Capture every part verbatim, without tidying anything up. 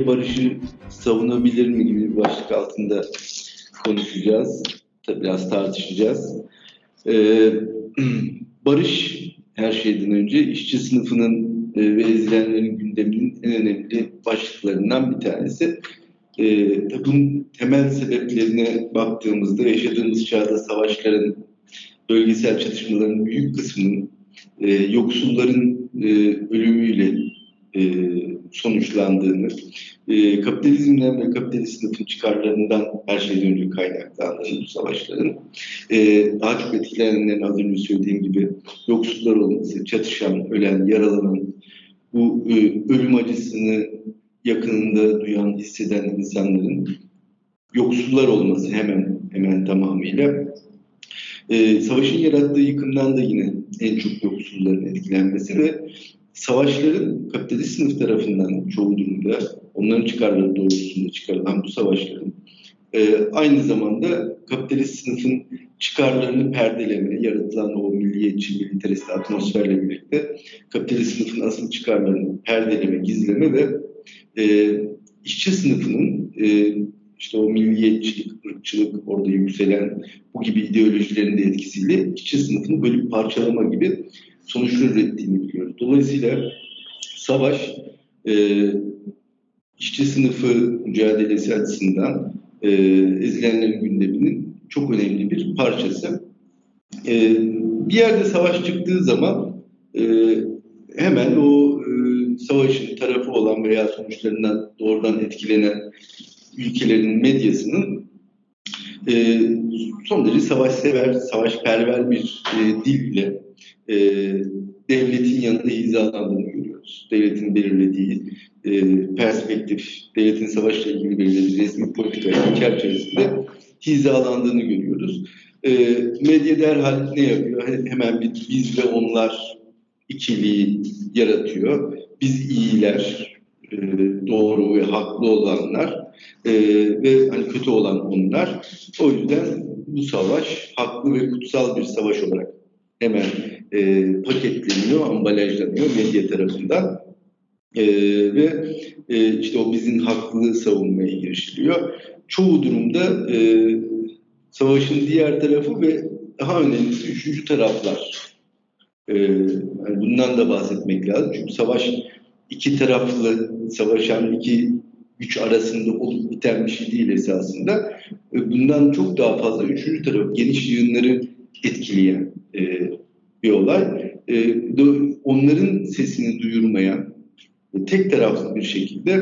medya barışı savunabilir mi gibi bir başlık altında konuşacağız. Tabii biraz tartışacağız. Ee, barış her şeyden önce işçi sınıfının e, ve ezilenlerin gündeminin en önemli başlıklarından bir tanesi. E, bunun temel sebeplerine baktığımızda yaşadığımız çağda savaşların, bölgesel çatışmaların büyük kısmının e, yoksulların e, ölümüyle e, sonuçlandığını, e, kapitalizmden ve kapitalist sınıfın çıkarlarından her şeyden önce kaynaklandığını bu savaşların, e, daha çok etkilenenlerin az önce söylediğim gibi yoksullar olması, çatışan, ölen, yaralanan, bu e, ölüm acısını yakınında duyan, hisseden insanların yoksullar olması hemen hemen tamamıyla. Ee, savaşın yarattığı yıkımdan da yine en çok yoksulların etkilenmesi ve savaşların kapitalist sınıf tarafından çoğu durumda onların çıkarları doğrultusunda çıkarılan bu savaşların e, aynı zamanda kapitalist sınıfın çıkarlarını perdeleme, yaratılan o milliyetçi, militarist atmosferle birlikte kapitalist sınıfın asıl çıkarlarını perdeleme, gizleme ve e, işçi sınıfının e, işte o milliyetçilik, ırkçılık, orada yükselen bu gibi ideolojilerin de etkisiyle işçi sınıfını bölüp parçalama gibi sonuçlar ürettiğini biliyoruz. Dolayısıyla savaş e, işçi sınıfı mücadelesi açısından e, ezilenlerin gündeminin çok önemli bir parçası. E, bir yerde savaş çıktığı zaman e, hemen o e, savaşın tarafı olan veya sonuçlarından doğrudan etkilenen ülkelerin medyasının e, son derece savaşsever, savaşperver bir e, dille e, devletin yanında hizalandığını görüyoruz. Devletin belirlediği e, perspektif, devletin savaşla ilgili belirlediği resmi politikanın çerçevesinde hizalandığını görüyoruz. E, medya derhal ne yapıyor? Hemen bir biz ve onlar ikiliği yaratıyor. Biz iyiler, e, doğru ve haklı olanlar e, ve hani kötü olan onlar. O yüzden bu savaş haklı ve kutsal bir savaş olarak hemen e, paketleniyor, ambalajlanıyor medya tarafından e, ve e, işte o bizim haklılığı savunmaya girişiliyor. Çoğu durumda e, savaşın diğer tarafı ve daha önemlisi üçüncü taraflar. E, yani bundan da bahsetmek lazım. Çünkü savaş iki taraflı, savaşan iki güç arasında olup biten bir şey değil esasında. Bundan çok daha fazla üçüncü taraf, geniş yığınları etkileyen e, bir olay. E, onların sesini duyurmaya tek taraflı bir şekilde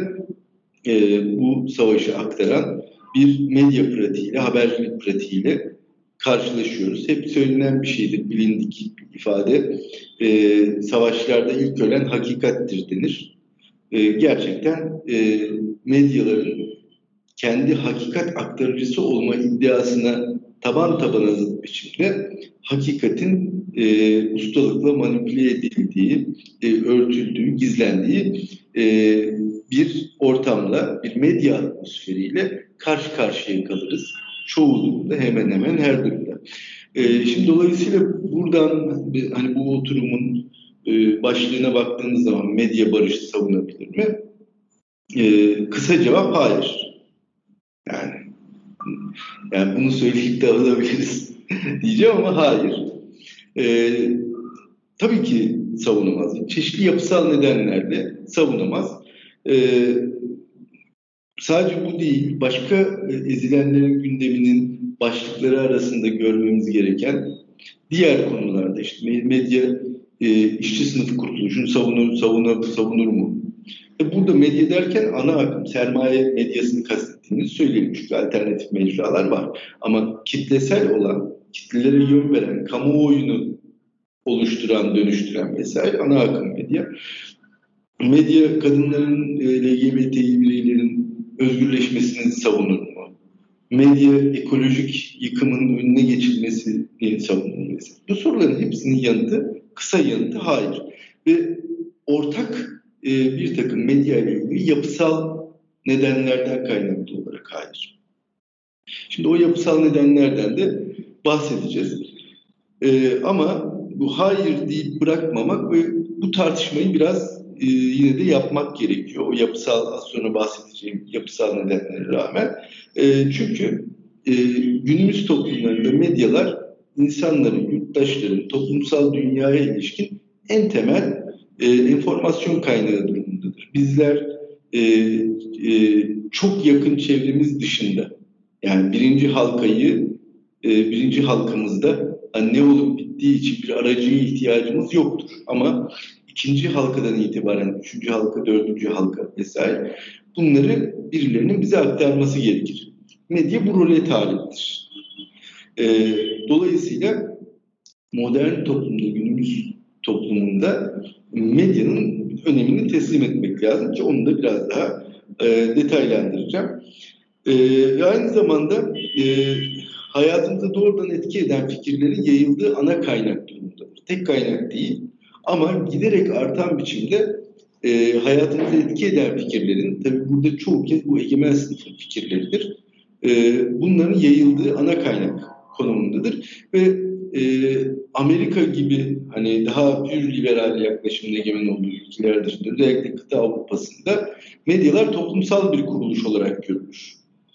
e, bu savaşı aktaran bir medya pratiğiyle, habercilik pratiğiyle karşılaşıyoruz. Hep söylenen bir şeydir, bilindik bir ifade. E, savaşlarda ilk ölen hakikattir denir. E, gerçekten e, medyaların kendi hakikat aktarıcısı olma iddiasına taban tabana zıt biçimde hakikatin e, ustalıkla manipüle edildiği, e, örtüldüğü, gizlendiği e, bir ortamla, bir medya atmosferiyle karşı karşıya kalırız. Çoğu durumda, hemen hemen her durumda. E, şimdi dolayısıyla buradan hani bu oturumun e, başlığına baktığımız zaman medya barışı savunabilir mi? E, kısa cevap hayır. Yani, yani bunu söyleyip de alabiliriz diyeceğim ama hayır. E, tabii ki savunamaz. Çeşitli yapısal nedenlerle savunamaz. E, sadece bu değil, başka ezilenlerin gündeminin başlıkları arasında görmemiz gereken diğer konularda işte medya e, işçi sınıfı kuruluşunu savunur, savunur, savunur mu? E burada medya derken ana akım, sermaye medyasını kastettiğimizi söyleyelim. Çünkü alternatif mecralar var. Ama kitlesel olan, kitlelere yön veren, kamuoyunu oluşturan, dönüştüren vesaire ana akım medya. Medya kadınların, L G B T İ bireylerin özgürleşmesini savunur mu? Medya ekolojik yıkımın önüne geçilmesini savunur mu? Bu soruların hepsinin yanıtı, kısa yanıtı hayır. Ve ortak e, bir takım medya ile ilgili yapısal nedenlerden kaynaklı olarak hayır. Şimdi o yapısal nedenlerden de bahsedeceğiz. E, ama bu hayır deyip bırakmamak ve bu tartışmayı biraz e, yine de yapmak gerekiyor. O yapısal, az sonra bahsedeceğim yapısal nedenlere rağmen. E, çünkü e, günümüz toplumlarında medyalar insanların, yurttaşların toplumsal dünyaya ilişkin en temel e, enformasyon kaynağı durumundadır. Bizler e, e, çok yakın çevremiz dışında, yani birinci halkayı, e, birinci halkamızda hani ne olup bittiği için bir aracıya ihtiyacımız yoktur. Ama ikinci halkadan itibaren üçüncü halka, dördüncü halka vesaire bunları birilerinin bize aktarması gerekir. Medya bu role taliptir. E, dolayısıyla modern toplumda, günümüz toplumunda medyanın önemini teslim etmek lazım ki onu da biraz daha e, detaylandıracağım. E, aynı zamanda e, hayatımıza doğrudan etki eden fikirlerin yayıldığı ana kaynak durumundadır. Tek kaynak değil ama giderek artan biçimde e, hayatımıza etki eden fikirlerin, tabii burada çoğu kez bu egemen sınıfın fikirleridir. E, bunların yayıldığı ana kaynak konumundadır ve e, Amerika gibi hani daha pür liberal yaklaşımın egemen olduğu ülkeler dışında, özellikle kıta Avrupa'sında medyalar toplumsal bir kuruluş olarak görülür.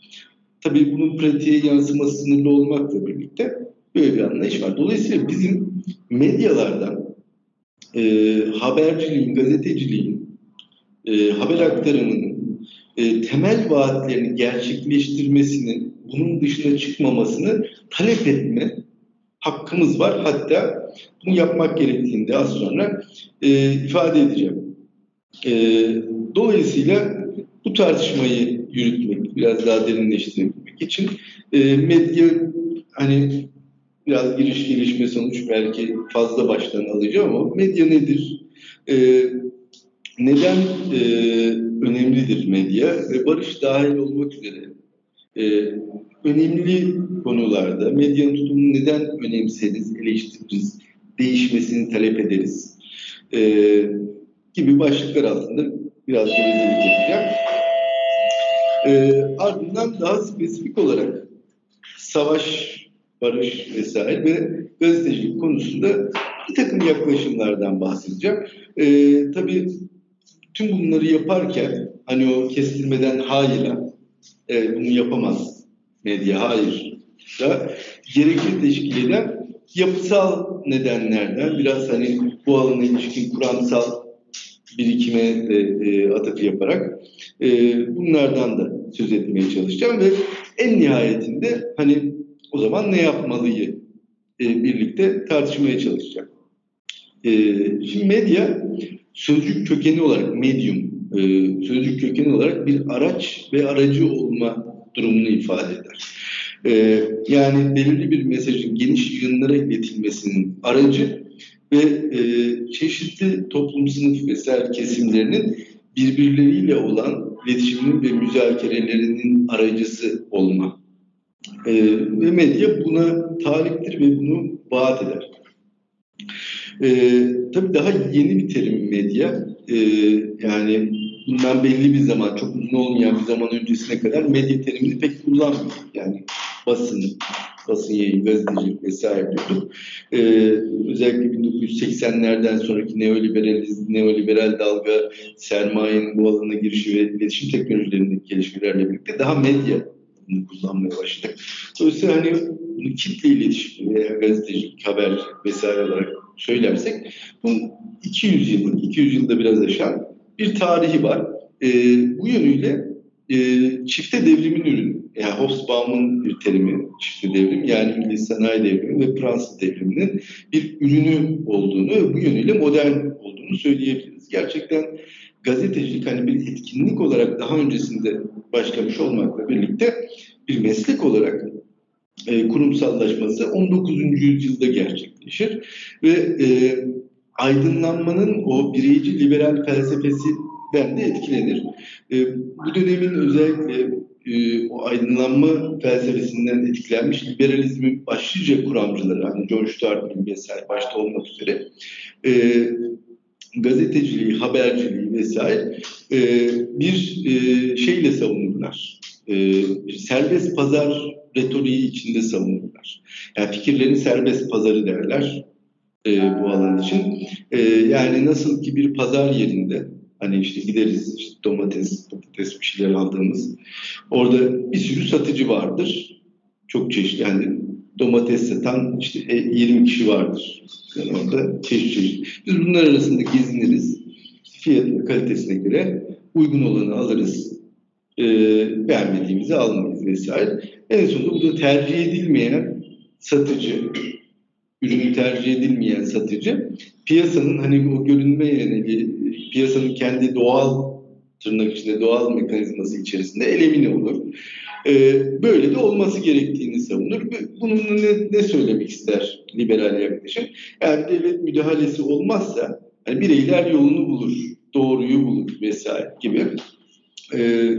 Tabii bunun pratiğe yansıması sınırlı olmakla birlikte böyle bir anlayış var. Dolayısıyla bizim medyalardan e, haberciliğin, gazeteciliğin, e, haber aktarımının e, temel vaatlerini gerçekleştirmesinin, bunun dışına çıkmamasını talep etme hakkımız var. Hatta bunu yapmak gerektiğini de az sonra e, ifade edeceğim. E, dolayısıyla bu tartışmayı yürütmek, biraz daha derinleştirmek için e, medya, hani biraz giriş gelişme sonuç belki fazla baştan alacağım ama medya nedir? E, neden e, önemlidir medya ve barış dahil olmak üzere e, önemli konularda medyanın tutumunu neden önemseriz, eleştiririz, değişmesini talep ederiz e, gibi başlıklar altında biraz gevezelik yapacağım. E, ardından daha spesifik olarak savaş, barış vesaire ve gazetecilik konusunda bir takım yaklaşımlardan bahsedeceğim. E, tabii tüm bunları yaparken hani o kestirmeden hayırla e, bunu yapamaz medya, hayır da gerekli teşkil eden yapısal nedenlerden biraz hani bu alana ilişkin kuramsal birikime de e, atıf yaparak e, bunlardan da söz etmeye çalışacağım ve en nihayetinde hani o zaman ne yapmalıyı e, birlikte tartışmaya çalışacağım. E, şimdi medya sözcük kökeni olarak, medium e, sözcük kökeni olarak bir araç ve aracı olma durumunu ifade eder. E, yani belirli bir mesajın geniş yığınlara iletilmesinin aracı ve e, çeşitli toplum sınıf vesaire kesimlerinin birbirleriyle olan iletişiminin ve müzakerelerinin aracısı olma. E, ve medya buna taliptir ve bunu vaat eder. E, tabii daha yeni bir terim medya. E, yani bundan belli bir zaman, çok uzun olmayan bir zaman öncesine kadar medya terimini pek kullanmıyorduk. Yani basın, basın yayın, gazetecilik vesaire diyorduk. Ee, özellikle bin dokuz yüz seksenlerden sonraki neoliberalizm, neoliberal dalga, sermayenin bu alana girişi ve iletişim teknolojilerindeki gelişmelerle birlikte daha medya kullanmaya başladık. Dolayısıyla hani bunu kitle iletişimi veya gazetecilik, haber vesaire olarak söylersek bunun iki yüz yıllık, iki yüz yılda biraz aşan bir tarihi var. Ee, bu yönüyle e, çifte devrimin ürünü. Yani Hobsbawm'ın bir terimi çifte devrim, yani İngiliz sanayi devrimi ve Fransız devriminin bir ürünü olduğunu ve bu yönüyle modern olduğunu söyleyebiliriz. Gerçekten gazetecilik hani bir etkinlik olarak daha öncesinde başlamış olmakla birlikte bir meslek olarak e, kurumsallaşması on dokuzuncu yüzyılda gerçekleşir ve e, aydınlanmanın o bireyci liberal felsefesinden de etkilenir. E, bu dönemin özellikle e, o aydınlanma felsefesinden etkilenmiş liberalizmin başlıca kuramcıları, hani John Stuart Mill vesaire başta olmak üzere e, gazeteciliği, haberciliği vesaire e, bir e, şeyle savunurlar. E, bir serbest pazar retoriği içinde savunurlar. Yani fikirlerin serbest pazarı derler. e, bu alan için. E, yani nasıl ki bir pazar yerinde hani işte gideriz işte domates, patates bir şeyler aldığımız orada bir sürü satıcı vardır. Çok çeşitli yani domates satan işte e, yirmi kişi vardır. Yani orada çeşit çeşit. Biz bunlar arasında geziniriz. Fiyat ve kalitesine göre uygun olanı alırız. E, beğenmediğimizi almayız vesaire. En sonunda burada tercih edilmeyen satıcı, ürünü tercih edilmeyen satıcı piyasanın hani o görünme yöneli, piyasanın kendi doğal tırnak içinde doğal mekanizması içerisinde elemine olur. Ee, böyle de olması gerektiğini savunur. Bunun ne, ne söylemek ister liberal yaklaşım? Yani devlet müdahalesi olmazsa hani bireyler yolunu bulur, doğruyu bulur vesaire gibi. Ee,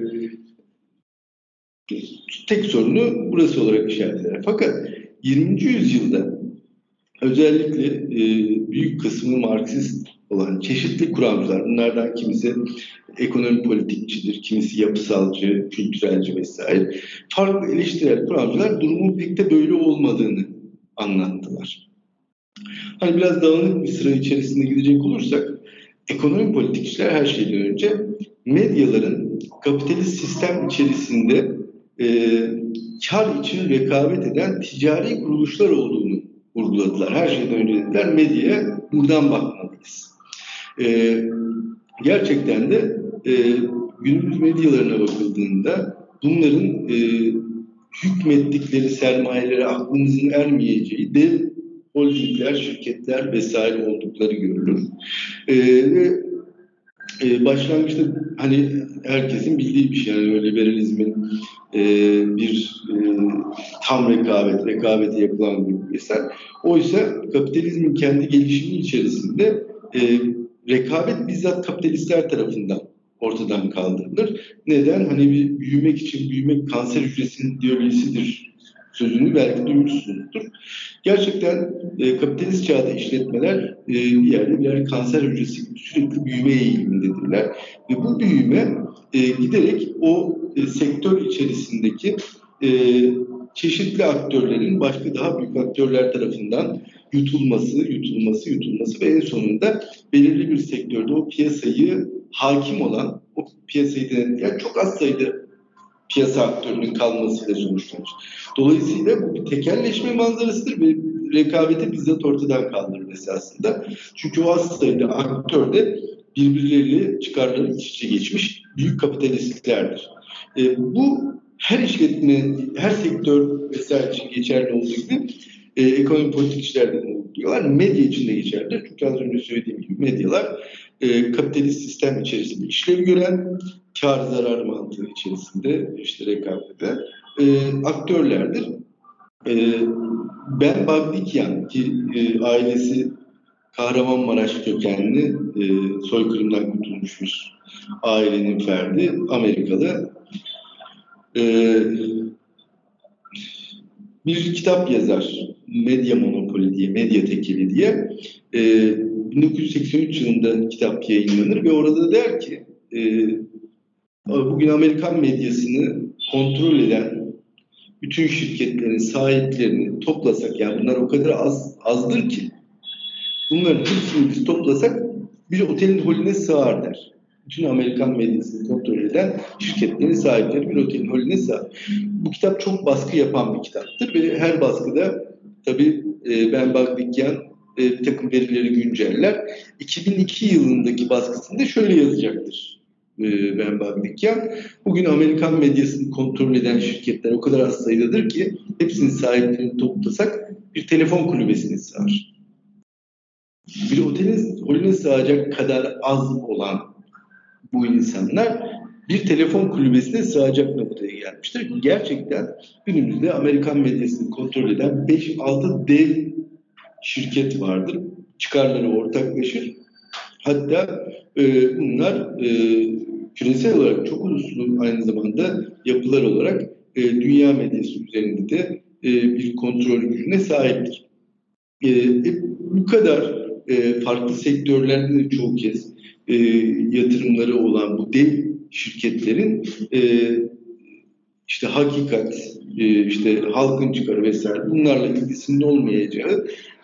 tek sorunu burası olarak işaret eder. Fakat yirminci yüzyılda özellikle e, büyük kısmı Marksist olan çeşitli kuramcılar, bunlardan kimisi ekonomi politikçidir, kimisi yapısalcı, kültürelci vesaire, farklı eleştirel kuramcılar durumun pek de böyle olmadığını anlattılar. Hani biraz dağınık bir sıra içerisinde gidecek olursak, ekonomi politikçiler her şeyden önce medyaların kapitalist sistem içerisinde e, kar için rekabet eden ticari kuruluşlar olduğunu vurguladılar. Her şeyden önce dediler medyaya buradan bakmalıyız. E, gerçekten de e, günümüz medyalarına bakıldığında bunların e, hükmettikleri sermayelere aklımızın ermeyeceği dev holdingler, şirketler vesaire oldukları görülür. E, ve e, başlangıçta hani herkesin bildiği bir şey, yani öyle liberalizmin e, bir e, tam rekabet, rekabete yapılan bir eser. Oysa kapitalizmin kendi gelişimi içerisinde e, rekabet bizzat kapitalistler tarafından ortadan kaldırılır. Neden? Hani bir büyümek için büyümek kanser hücresinin ideolojisidir sözünü belki duymuşsunuzdur. Gerçekten e, kapitalist çağda işletmeler e, bir yerde birer kanser hücresi gibi sürekli büyüme eğilimindedirler. Ve bu büyüme e, giderek o e, sektör içerisindeki e, çeşitli aktörlerin başka daha büyük aktörler tarafından yutulması, yutulması, yutulması ve en sonunda belirli bir sektörde o piyasayı hakim olan, o piyasayı denetleyen çok az sayıda piyasa aktörünün kalmasıyla sonuçlanır. Dolayısıyla bu bir tekelleşme manzarasıdır ve rekabeti bizzat ortadan kaldırır esasında. Çünkü o az sayıda aktör de birbirleriyle çıkarları iç içe geçmiş büyük kapitalistlerdir. E, bu her işletme, her sektör vesaire için geçerli olduğu gibi e, ekonomi politikçiler de diyorlar. Medya için de geçerlidir. Çünkü az önce söylediğim gibi medyalar e, kapitalist sistem içerisinde işlev gören, kar zarar mantığı içerisinde işte rekabet eden e, aktörlerdir. E, Ben Bagdikyan ki e, ailesi Kahramanmaraş kökenli e, soykırımdan kurtulmuş bir ailenin ferdi, Amerikalı. E, bir kitap yazar, Medya Monopoli diye, Medya Tekeli diye. E, bin dokuz yüz seksen üç yılında kitap yayınlanır ve orada der ki e, bugün Amerikan medyasını kontrol eden bütün şirketlerin sahiplerini toplasak, yani bunlar o kadar az azdır ki bunların hepsini biz toplasak bir otelin holüne sığar der. Bütün Amerikan medyasını kontrol eden şirketlerin sahipleri bir otelin holüne sığar. Bu kitap çok baskı yapan bir kitaptır ve her baskıda tabii e, Ben Bagdikyan e, bir takım verileri günceller. iki bin iki yılındaki baskısında şöyle yazacaktır e, Ben Bagdikyan. Bugün Amerikan medyasını kontrol eden şirketler o kadar az sayıdadır ki hepsinin sahiplerini toplasak bir telefon kulübesine sığar. Bir otelin holüne sığacak kadar az olan bu insanlar bir telefon kulübesine sığacak noktaya gelmiştir. Gerçekten günümüzde Amerikan medyasını kontrol eden beş altı dev şirket vardır. Çıkarları ortaklaşır. Hatta e, bunlar e, küresel olarak çok uluslu aynı zamanda yapılar olarak e, dünya medyası üzerinde de e, bir kontrol gücüne sahiptir. E, e, bu kadar e, farklı sektörlerde de çoğu kez e, yatırımları olan bu dev şirketlerin e, işte hakikat, e, işte halkın çıkarı vesaire bunlarla ilgisinin olmayacağı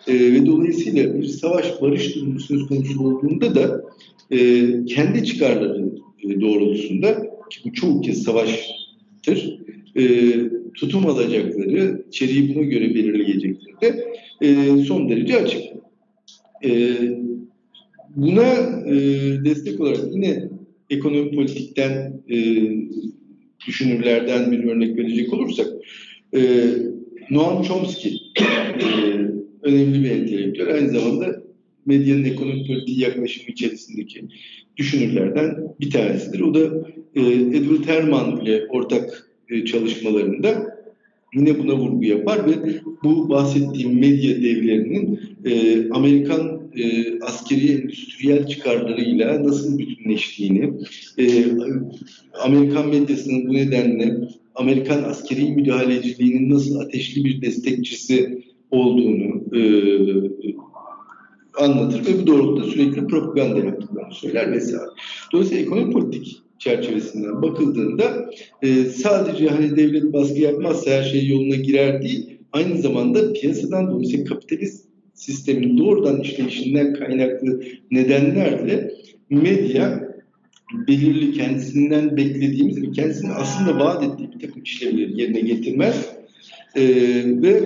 E, ve dolayısıyla bir savaş, barış durumu söz konusu olduğunda da e, kendi çıkarları e, doğrultusunda, ki bu çoğu kez savaştır, e, tutum alacakları, içeriği buna göre belirleyecekleri de e, son derece açık. E, buna e, destek olarak yine ekonomi politikten e, düşünürlerden bir örnek verecek olursak, e, Noam Chomsky e, önemli bir entelektüel, aynı zamanda medyanın ekonomi politiği yaklaşımı içerisindeki düşünürlerden bir tanesidir. O da e, Edward Herman ile ortak e, çalışmalarında yine buna vurgu yapar ve bu bahsettiğim medya devlerinin e, Amerikan e, askeri endüstriyel çıkarlarıyla nasıl bütünleştiğini, e, Amerikan medyasının bu nedenle Amerikan askeri müdahaleciliğinin nasıl ateşli bir destekçisi olduğunu e, anlatır ve bu doğrultuda sürekli propaganda yaptıklarını söyler vesaire. Dolayısıyla ekonomi politik çerçevesinden bakıldığında e, sadece hani devlet baskı yapmazsa her şey yoluna girer değil, aynı zamanda piyasadan, dolayısıyla kapitalist sistemin doğrudan işleyişinden kaynaklı nedenlerle medya belirli, kendisinden beklediğimiz ve kendisinin aslında vaat ettiği bir takım işlevleri yerine getirmez e, ve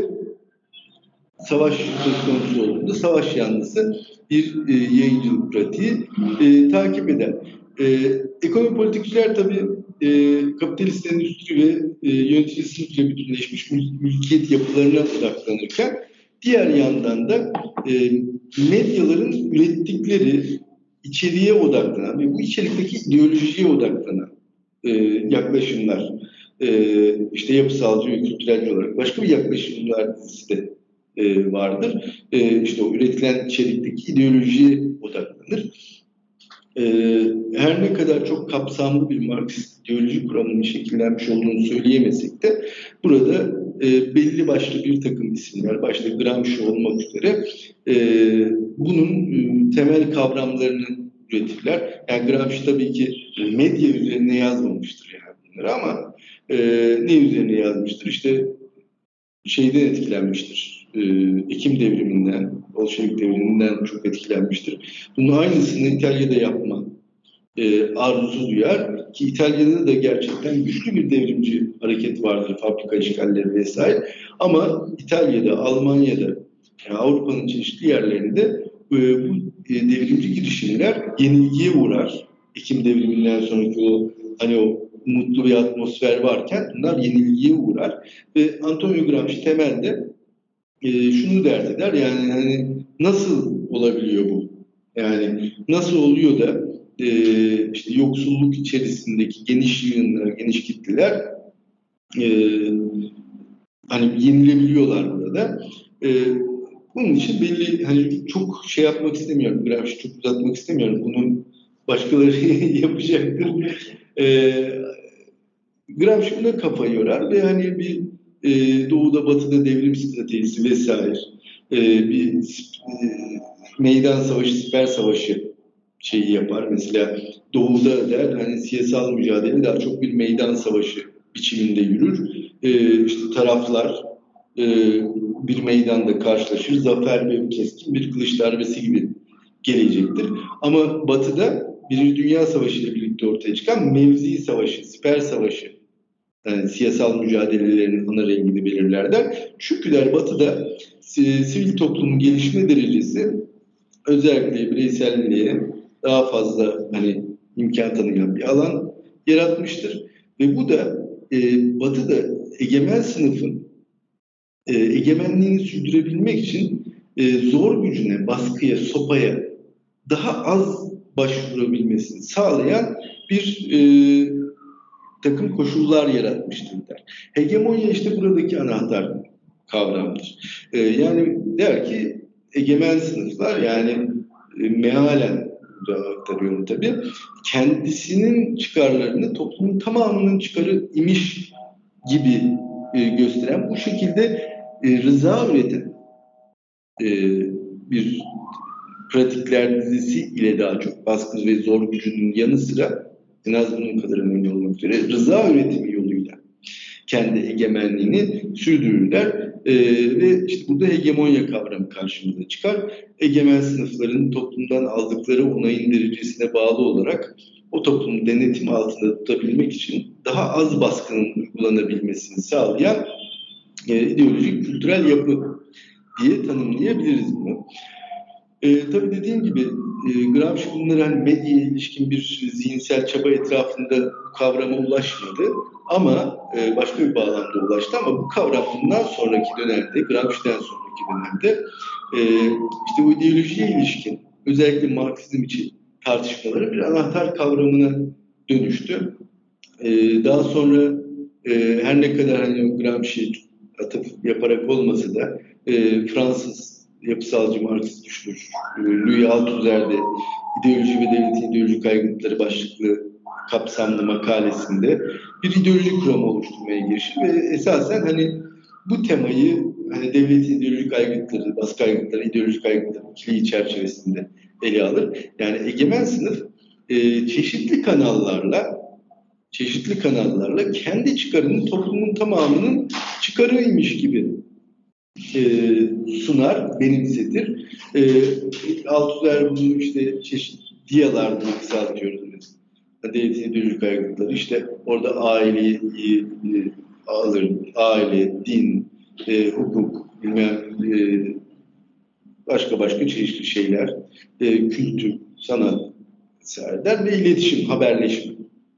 savaş söz konusu olduğunda savaş yanlısı bir e, yayıncılık pratiği e, takip eder. E, ekonomi politikçiler tabii e, kapitalist endüstri ve e, yönetici sınıfla bütünleşmiş mülkiyet yapılarına odaklanırken, diğer yandan da e, medyaların ürettikleri içeriğe odaklanan ve bu içerikteki ideolojiye odaklanan e, yaklaşımlar, e, işte yapısalcı ve kültürelci olarak başka bir yaklaşımlar dizisi de e, vardır. E, işte o üretilen içerikteki ideolojiye odaklanır. E, her ne kadar çok kapsamlı bir Marksist ideoloji kuramının şekillenmiş olduğunu söyleyemesek de burada e, belli başlı bir takım isimler, başta Gramsci olmak üzere e, bunun e, temel kavramlarını üretirler. Yani Gramsci tabii ki medya üzerine yazmamıştır yani bunları, ama e, ne üzerine yazmıştır? İşte şeyden etkilenmiştir. E, Ekim devriminden, Bolşevik devriminden çok etkilenmiştir. Bunun aynısını İtalya'da yapma e, arzusu duyar ki İtalya'da da gerçekten güçlü bir devrimci hareket vardır, fabrika işgalleri vesaire. Ama İtalya'da, Almanya'da, yani Avrupa'nın çeşitli yerlerinde e, bu e, devrimci girişimler yenilgiye uğrar. Ekim devriminden sonraki o hani o mutlu bir atmosfer varken bunlar yenilgiye uğrar ve Antonio Gramsci temelde e, şunu dert eder, yani hani nasıl olabiliyor bu? Yani nasıl oluyor da e, işte yoksulluk içerisindeki geniş yığınlar, geniş kitleler e, hani yenilebiliyorlar burada. E, bunun için belli, hani çok şey yapmak istemiyorum, Gramsci çok uzatmak istemiyorum. Bunun başkaları yapacaktır. E, Gramsci buna kafa yorar ve hani bir e, doğuda batıda devrim stratejisi vesaire, e, bir e, meydan savaşı, siper savaşı şeyi yapar. Mesela doğuda der hani siyasal mücadele daha çok bir meydan savaşı biçiminde yürür. E, işte taraflar e, bir meydanda karşılaşır, zafer ve keskin bir kılıç darbesi gibi gelecektir. Ama batıda Birinci Dünya Savaşı ile birlikte ortaya çıkan mevzi savaşı, siper savaşı, yani siyasal mücadelelerin ana rengini belirlerler. Çünkü der batıda sivil toplumun gelişme derecesi özellikle bireyselliğe daha fazla hani imkan tanıyan bir alan yaratmıştır. Ve bu da e, batıda egemen sınıfın e, egemenliğini sürdürebilmek için e, zor gücüne, baskıya, sopaya daha az başvurabilmesini sağlayan bir e, takım koşullar yaratmıştır der. Hegemonya işte buradaki anahtar kavramdır. Ee, yani der ki egemen sınıflar, yani e, mealen da aktarıyorum tabii, kendisinin çıkarlarını toplumun tamamının çıkarı imiş gibi e, gösteren, bu şekilde e, rıza üreten e, bir pratikler dizisi ile daha çok baskı ve zor gücünün yanı sıra, en az bunun kadar önemli olmak üzere, rıza üretimi yoluyla kendi egemenliğini sürdürürler. E, ve işte burada hegemonya kavramı karşımıza çıkar. Egemen sınıfların toplumdan aldıkları onayın derecesine bağlı olarak o toplumu denetim altında tutabilmek için daha az baskının uygulanabilmesini sağlayan e, ideolojik kültürel yapı diye tanımlayabiliriz bunu. E, tabii dediğim gibi e, Gramsci bunları hani medyaya ilişkin bir zihinsel çaba etrafında bu kavrama ulaşmadı ama e, başka bir bağlamda ulaştı ama bu kavram bundan sonraki dönemde, Gramsci'den sonraki dönemde e, işte bu ideolojiye ilişkin özellikle Marksizm için tartışmaları bir anahtar kavramına dönüştü. E, daha sonra e, her ne kadar hani Gramsci atıf yaparak olmasa da e, Fransız yapısalcı Marksist düşünür Louis Althusser'de İdeoloji ve Devletin İdeolojik Aygıtları başlıklı kapsamlı makalesinde bir ideolojik kuramı oluşturmaya girişir ve esasen hani bu temayı hani devletin ideolojik aygıtları, baskı aygıtları, ideolojik aygıtları ikiliği çerçevesinde ele alır. Yani egemen sınıf e, çeşitli kanallarla çeşitli kanallarla kendi çıkarını toplumun tamamının çıkarıymış gibi e, sunar, benimsetir. E, Althusser bunu işte çeşitli diyalar diye kısaltıyoruz biz. Devletin ideolojik aygıtları işte orada aileyi e, alır, aile, din, e, hukuk, bilmem e, başka başka çeşitli şeyler, e, kültür, sanat der ve iletişim, haberleşme.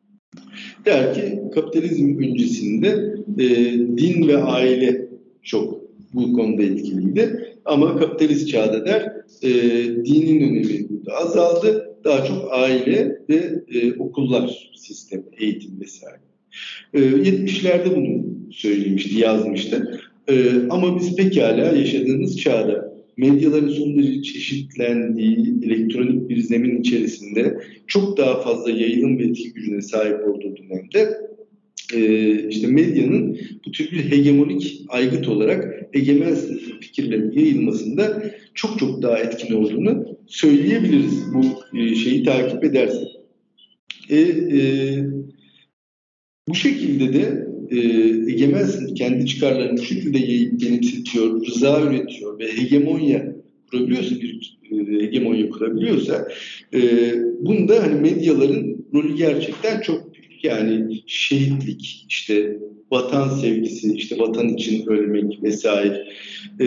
Der ki kapitalizm öncesinde e, din ve aile çok bu konuda etkiliydi. Ama kapitalist çağda der e, dinin önemi azaldı. Daha çok aile ve e, okullar sistemi, eğitim vesaire. E, yetmişlerde bunu söylemişti, yazmıştı. E, ama biz pekala yaşadığımız çağda medyaların son derece çeşitlendiği elektronik bir zemin içerisinde çok daha fazla yayılım ve etki gücüne sahip olduğu dönemde e, işte medyanın bu tür bir hegemonik aygıt olarak egemen sınıfın fikirlerinin yayılmasında çok çok daha etkin olduğunu söyleyebiliriz bu e, şeyi takip edersek. E, e, bu şekilde de e, egemen sınıf kendi çıkarlarını bu şekilde yayıp benimsetiyor, rıza üretiyor ve hegemonya kurabiliyorsa, bir e, hegemonya kurabiliyorsa e, bunda hani medyaların rolü gerçekten çok büyük. Yani şehitlik, işte vatan sevgisi, işte vatan için ölmek vesaire. E,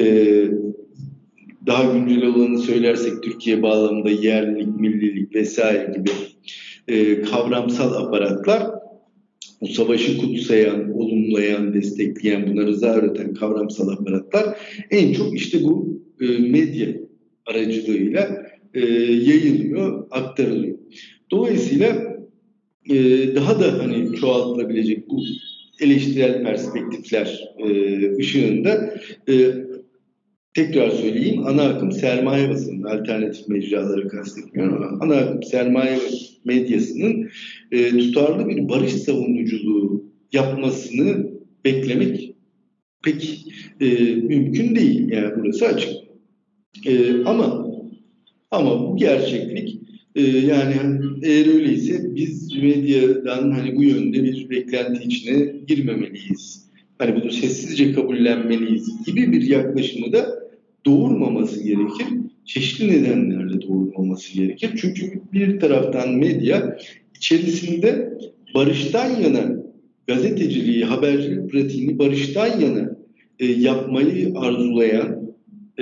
daha güncel olanı söylersek Türkiye bağlamında yerlilik, millilik vesaire gibi e, kavramsal aparatlar bu savaşı kutsayan, olumlayan, destekleyen, buna rıza üreten kavramsal aparatlar en çok işte bu e, medya aracılığıyla e, yayılıyor, aktarılıyor. Dolayısıyla e, daha da hani çoğaltılabilecek bu eleştirel perspektifler e, ışığında e, tekrar söyleyeyim, ana akım sermaye basının, alternatif mecraları kastetmiyorum ama ana akım sermaye medyasının e, tutarlı bir barış savunuculuğu yapmasını beklemek pek e, mümkün değil. Yani burası açık. E, ama ama bu gerçeklik e, yani eğer öyleyse biz medyadan hani bu yönde bir beklenti içine girmemeliyiz. Hani bunu sessizce kabullenmeliyiz gibi bir yaklaşımı da doğurmaması gerekir. Çeşitli nedenlerle doğurmaması gerekir. Çünkü bir taraftan medya içerisinde barıştan yana gazeteciliği, habercilik pratiğini barıştan yana e, yapmayı arzulayan e,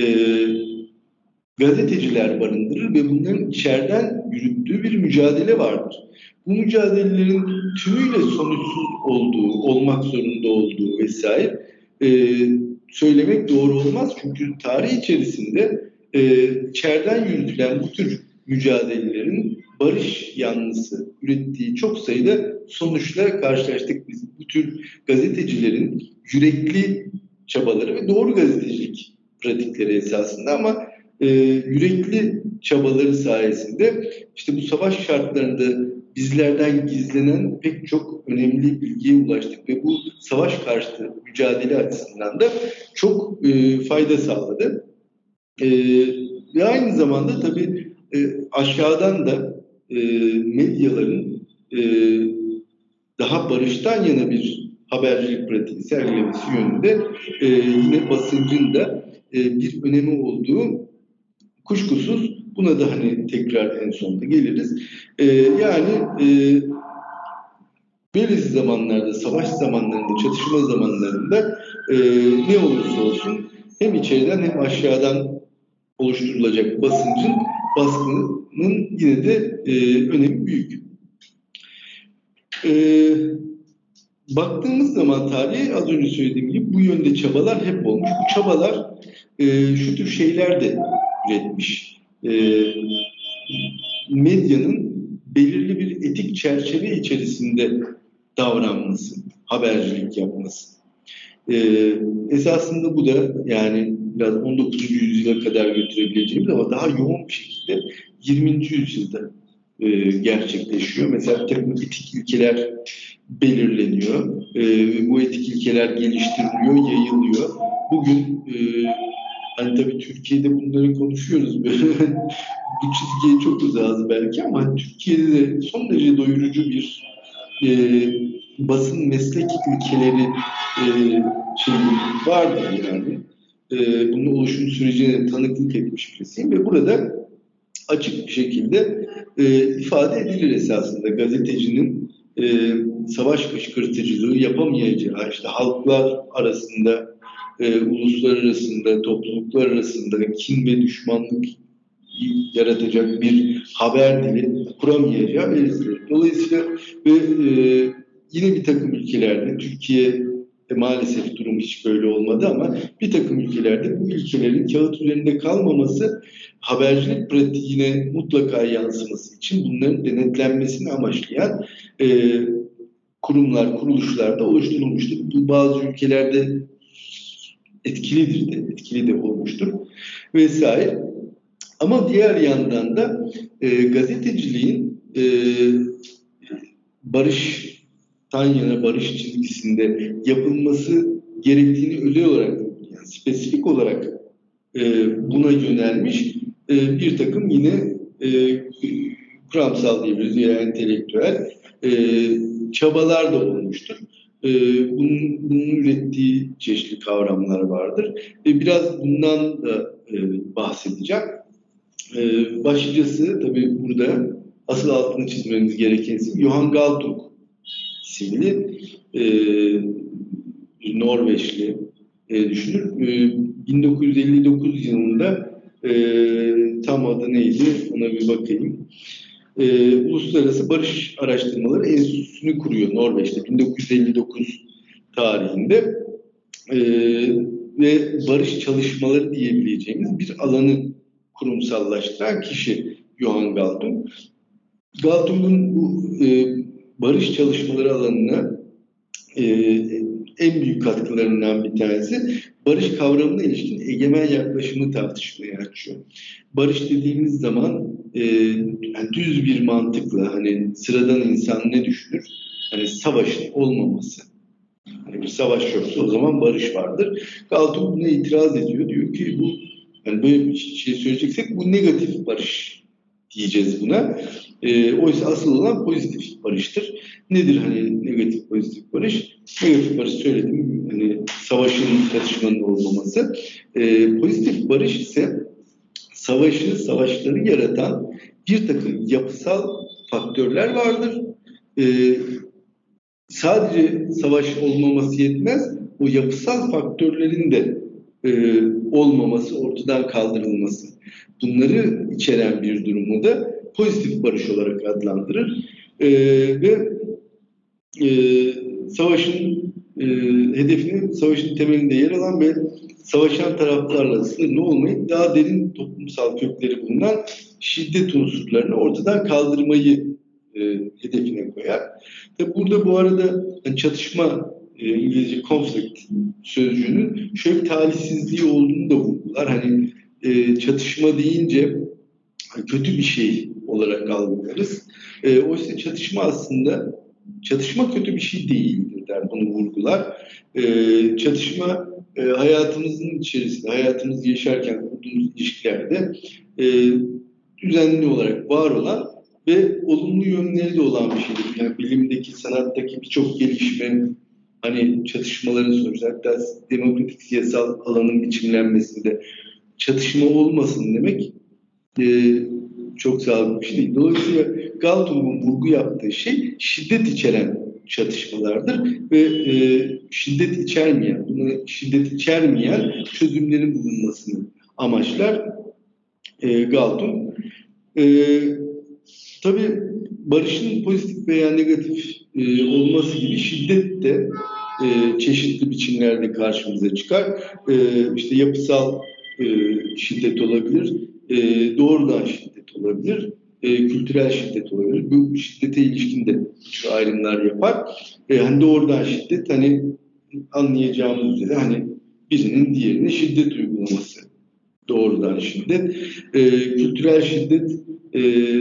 gazeteciler barındırır ve bunların içeriden yürüttüğü bir mücadele vardır. Bu mücadelelerin tümüyle sonuçsuz olduğu, olmak zorunda olduğu vesaire e, söylemek doğru olmaz. Çünkü tarih içerisinde e, içeriden yürütülen bu tür mücadelelerin barış yanlısı ürettiği çok sayıda sonuçla karşılaştık biz. Bu tür gazetecilerin yürekli çabaları ve doğru gazetecilik pratikleri esasında ama e, yürekli çabaları sayesinde işte bu savaş şartlarında bizlerden gizlenen pek çok önemli bilgiye ulaştık ve bu savaş karşıtı mücadele açısından da çok e, fayda sağladı. E, ve aynı zamanda tabii e, aşağıdan da e, medyaların e, daha barıştan yana bir habercilik pratiği sergilemesi yönünde e, yine basıncın da e, bir önemi olduğu kuşkusuz. Buna da hani tekrar en sonunda geliriz. E, yani e, böylesi zamanlarda, savaş zamanlarında, çatışma zamanlarında e, ne olursa olsun hem içeriden hem aşağıdan oluşturulacak basıncın, baskının yine de e, önemi büyük. E, baktığımız zaman tarihe az önce söylediğim gibi bu yönde çabalar hep olmuş. Bu çabalar e, şu tür şeyler de üretmiş. E, medyanın belirli bir etik çerçeve içerisinde davranması, habercilik yapması. Ee, esasında bu da yani biraz on dokuzuncu yüzyıla kadar götürebileceğimiz ama daha yoğun bir şekilde yirminci yüzyılda e, gerçekleşiyor. Mesela bir takım etik ilkeler belirleniyor. E, bu etik ilkeler geliştiriliyor, yayılıyor. Bugün e, hani tabii Türkiye'de bunları konuşuyoruz böyle. Bu çizgiye çok uzağız belki ama hani Türkiye'de de son derece doyurucu bir e, basın meslek ilkeleri e, şey vardır yani. E, bunun oluşum sürecine tanıklık etmiş birisiyim ve burada açık bir şekilde e, ifade edilir esasında gazetecinin e, savaş kışkırtıcılığı yapamayacağı, işte halklar arasında, e, uluslar arasında, topluluklar arasında kin ve düşmanlık yaratacak bir haber dili kuramayacağı belirtilir. Dolayısıyla ve e, yine bir takım ülkelerde, Türkiye maalesef durum hiç böyle olmadı ama bir takım ülkelerde bu ilkelerin kağıt üzerinde kalmaması, habercilik pratiğine mutlaka yansıması için bunların denetlenmesini amaçlayan e, kurumlar, kuruluşlar da oluşturulmuştur. Bu bazı ülkelerde etkilidir de, etkili de olmuştur vesaire. Ama diğer yandan da e, gazeteciliğin e, barıştan yana, barış çizgisinde yapılması gerektiğini özel olarak, yani spesifik olarak e, buna yönelmiş e, bir takım yine e, kuramsal diyebiliriz veya entelektüel e, çabalar da olmuştur. E, bunun, bunun ürettiği çeşitli kavramlar vardır. Ve biraz bundan da e, bahsedeceğim. Ee, başlıcası tabii burada asıl altını çizmemiz gereken isim Johan Galtung isimli e, Norveçli e, düşünür. E, bin dokuz yüz elli dokuz yılında e, tam adı neydi ona bir bakayım. E, Uluslararası Barış Araştırmaları Enstitüsü'nü kuruyor Norveç'te bin dokuz yüz elli dokuz tarihinde e, ve barış çalışmaları diyebileceğimiz bir alanı kurumsallaştıran kişi Johan Galtung. Galtung'un bu e, barış çalışmaları alanına e, en büyük katkılarından bir tanesi barış kavramına ilişkin egemen yaklaşımı tartışmaya açıyor. Barış dediğimiz zaman e, yani düz bir mantıkla hani sıradan insan ne düşünür? Hani savaşın olmaması. Hani bir savaş yoksa o zaman barış vardır. Galtung buna itiraz ediyor. Diyor ki bu yani böyle bir şey söyleyeceksek bu negatif barış diyeceğiz buna. E, oysa asıl olan pozitif barıştır. Nedir hani negatif pozitif barış? Negatif barış söyledim. Hani savaşın, çatışmanın olmaması. E, pozitif barış ise savaşı, savaşları yaratan bir takım yapısal faktörler vardır. E, sadece savaş olmaması yetmez. O yapısal faktörlerin de e, olmaması, ortadan kaldırılması. Bunları içeren bir durumu da pozitif barış olarak adlandırır. E, ve e, savaşın e, hedefinin savaşın temelinde yer alan ve savaşan taraflarla sınırlı olmayıp daha derin toplumsal kökleri bulunan şiddet unsurlarını ortadan kaldırmayı e, hedefine koyar. Tabi burada bu arada yani çatışma, e, İngilizce conflict sözcüğünün şöyle bir talihsizliği olduğunu da vurgular. Hani e, çatışma deyince kötü bir şey olarak algılarız. E, oysa çatışma aslında çatışma kötü bir şey değildir der, bunu vurgular. E, çatışma e, hayatımızın içerisinde, hayatımızı yaşarken kurduğumuz ilişkilerde e, düzenli olarak var olan ve olumlu yönleri de olan bir şeydir. Yani bilimdeki, sanattaki birçok gelişme, hani çatışmaların sonucu, hatta demokratik siyasal alanın biçimlenmesinde çatışma olmasın demek e, çok sağlıklı bir şey değil. Dolayısıyla Galtung'un vurgu yaptığı şey şiddet içeren çatışmalardır ve e, şiddet içermeyen, bunu şiddet içermeyen çözümlerin bulunmasını amaçlar e, Galtung. E, tabii barışın pozitif veya negatif e, olması gibi şiddet de e, çeşitli biçimlerde karşımıza çıkar. E, işte yapısal e, şiddet olabilir, e, doğrudan şiddet olabilir, e, kültürel şiddet olabilir. Bu şiddete ilişkin de şu ayrımlar yapar. E, hani doğrudan şiddet, hani anlayacağımız üzere hani birinin diğerine şiddet uygulaması. Doğrudan şiddet. E, kültürel şiddet e,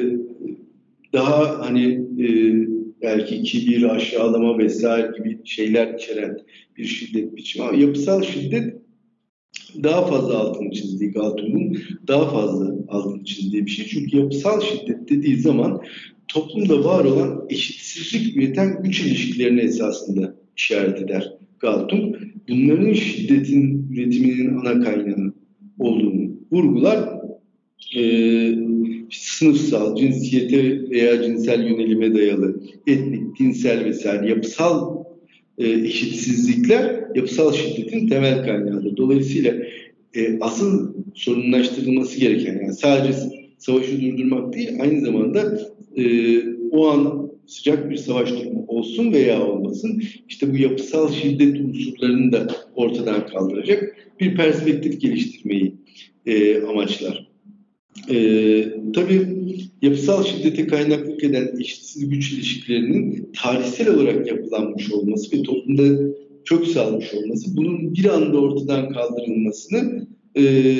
daha hani e, belki kibir, aşağılama vesaire gibi şeyler içeren bir şiddet biçimi. Ama yapısal şiddet daha fazla altını çizdiği, Galtung'un daha fazla altını çizdiği bir şey. Çünkü yapısal şiddet dediği zaman toplumda var olan eşitsizlik üreten güç ilişkilerini esasında işaret eder Galtung. Bunların şiddetin üretiminin ana kaynağı olduğunu vurgular. Ee, sınıfsal, cinsiyete veya cinsel yönelime dayalı, etnik, dinsel vesaire yapısal e, eşitsizlikler yapısal şiddetin temel kaynağıdır. Dolayısıyla e, asıl sorunlaştırılması gereken, yani sadece savaşı durdurmak değil, aynı zamanda e, o an sıcak bir savaş durumu olsun veya olmasın, işte bu yapısal şiddet unsurlarını da ortadan kaldıracak bir perspektif geliştirmeyi e, amaçlar. Ee, tabii yapısal şiddete kaynaklık eden eşitsiz güç ilişkilerinin tarihsel olarak yapılanmış olması ve toplumda kök salmış olması, bunun bir anda ortadan kaldırılmasını e,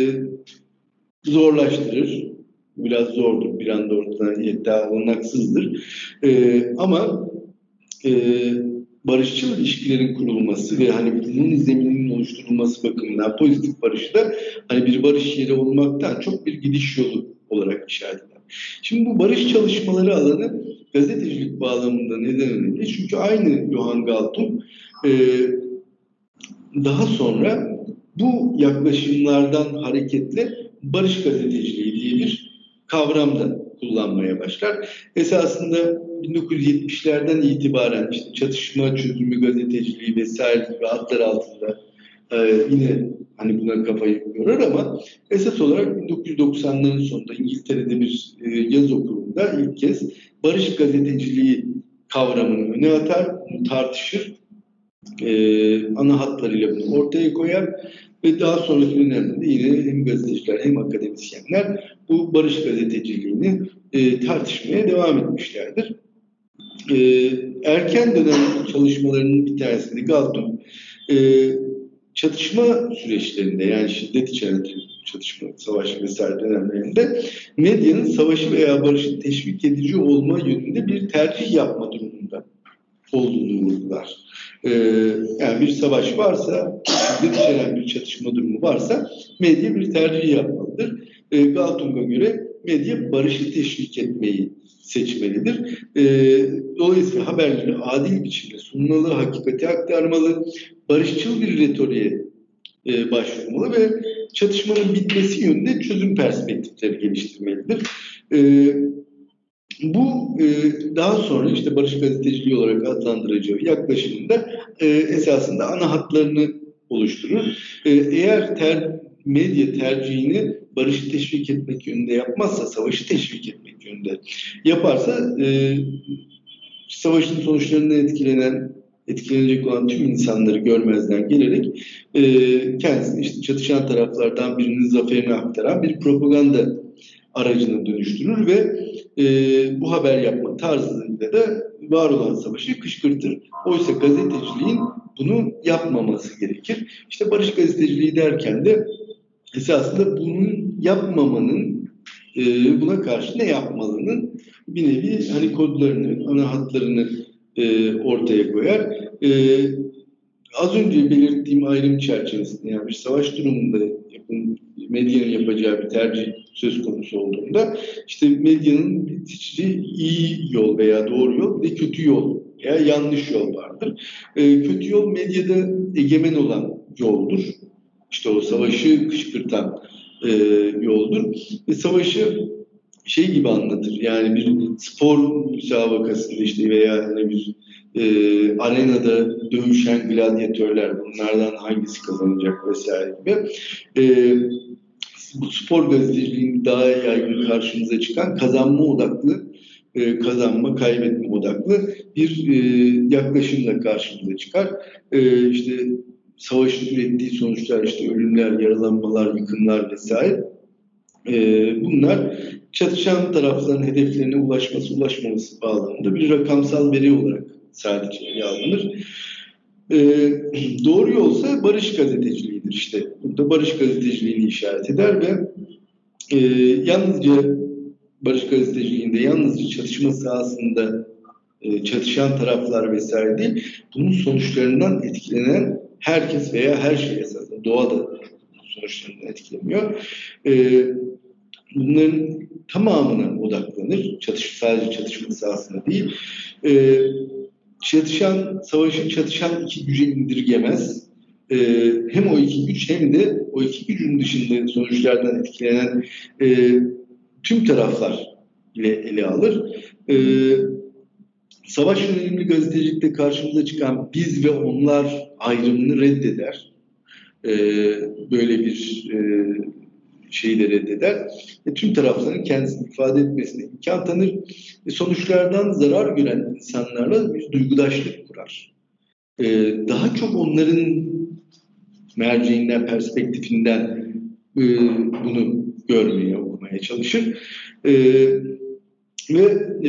zorlaştırır. Biraz zordur, bir anda ortadan, daha olanaksızdır. E, ama e, barışçıl ilişkilerin kurulması ve hani bunun zemininin oluşturulması bakımından pozitif barışı da hani bir barış yeri olmaktan çok bir gidiş yolu olarak işaret eder. Şimdi bu barış çalışmaları alanı gazetecilik bağlamında neden önemli? Çünkü aynı Johann Galtung e, daha sonra bu yaklaşımlardan hareketle barış gazeteciliği diye bir kavram da kullanmaya başlar. Esasında bin dokuz yüz yetmişlerden itibaren işte çatışma çözümü gazeteciliği vesaire gibi adlar altında e, yine hani buna kafayı yorar ama esas olarak bin dokuz yüz doksanların sonunda İngiltere'de bir e, yaz okulunda ilk kez barış gazeteciliği kavramını öne atar, bunu tartışır, e, ana hatlarıyla bunu ortaya koyar ve daha sonraki dönemde yine hem gazeteciler hem akademisyenler bu barış gazeteciliğini e, tartışmaya devam etmişlerdir. E, erken dönem çalışmalarının bir tanesinde Galtung e, çatışma süreçlerinde, yani şiddet içeren çatışma, savaş vesaire dönemlerinde medyanın savaşı veya barışı teşvik edici olma yönünde bir tercih yapma durumunda olduğunu vurgular. Ee, yani bir savaş varsa, şiddet içeren bir çatışma durumu varsa medya bir tercih yapmalıdır. Ee, Galtung'a göre medya barışı teşvik etmeyi seçmelidir. Ee, dolayısıyla haberleri adil biçimde sunmalı, hakikati aktarmalı, barışçıl bir retoriğe e, başvurmalı ve çatışmanın bitmesi yönünde çözüm perspektifleri geliştirmelidir. Ee, Bu e, daha sonra işte barış gazeteciliği olarak adlandıracağı yaklaşımında e, esasında ana hatlarını oluşturur. E, eğer ter, medya tercihini barışı teşvik etmek yönünde yapmazsa, savaşı teşvik etmek yönünde yaparsa e, savaşın sonuçlarından etkilenen, etkilenecek olan tüm insanları görmezden gelerek e, kendisini işte çatışan taraflardan birinin zaferini aktaran bir propaganda aracına dönüştürür ve e, bu haber yapma tarzıyla da var olan savaşı kışkırtır. Oysa gazeteciliğin bunu yapmaması gerekir. İşte barış gazeteciliği derken de esasında bunun yapmamanın, e, buna karşı ne yapmalının bir nevi hani kodlarını, ana hatlarını e, ortaya koyar. E, az önce belirttiğim ayrım çerçevesinde, yani bir savaş durumunda yapın, medyanın yapacağı bir tercih söz konusu olduğunda işte medyanın seçtiği iyi yol veya doğru yol ve kötü yol veya yanlış yol vardır. E, kötü yol medyada egemen olan yoldur. İşte o savaşı kışkırtan e, yoldur. Ve savaşı şey gibi anlatır. Yani bir spor müsabakasında işte veya hani bir e, arenada dövüşen gladyatörler, bunlardan hangisi kazanacak vesaire gibi. E, bu spor gazeteciliğinde daha yaygın karşımıza çıkan kazanma odaklı, e, kazanma, kaybetme odaklı bir e, yaklaşımla karşımıza çıkar. E, işte savaşın ürettiği sonuçlar, işte ölümler, yaralanmalar, yıkımlar vesaire. Ee, bunlar çatışan tarafların hedeflerine ulaşması, ulaşmaması bağlamında bir rakamsal veri olarak sadece ele alınır. Ee, doğru yolsa barış gazeteciliğidir işte. Burada barış gazeteciliğini işaret eder ve e, yalnızca barış gazeteciliğinde yalnızca çatışma sahasında e, çatışan taraflar vesaire değil, bunun sonuçlarından etkilenen herkes veya her şey esasında, doğa da sonuçlarından etkileniyor. Ee, bunların tamamına odaklanır. Çatış, sadece çatışma sahasında değil. Ee, çatışan, savaşı çatışan iki güce indirgemez. Ee, hem o iki güç hem de o iki gücün dışında sonuçlardan etkilenen e, tüm taraflar ile ele alır. Ee, savaş yönelimli gazetecilikte karşımıza çıkan biz ve onlar ayrımını reddeder. Ee, böyle bir e, şeyi de reddeder. E, tüm tarafların kendisini ifade etmesine imkan tanır. E, sonuçlardan zarar gören insanlarla bir duygudaşlık kurar. E, daha çok onların merceğinden, perspektifinden e, bunu görmeye, okumaya çalışır. E, ve e,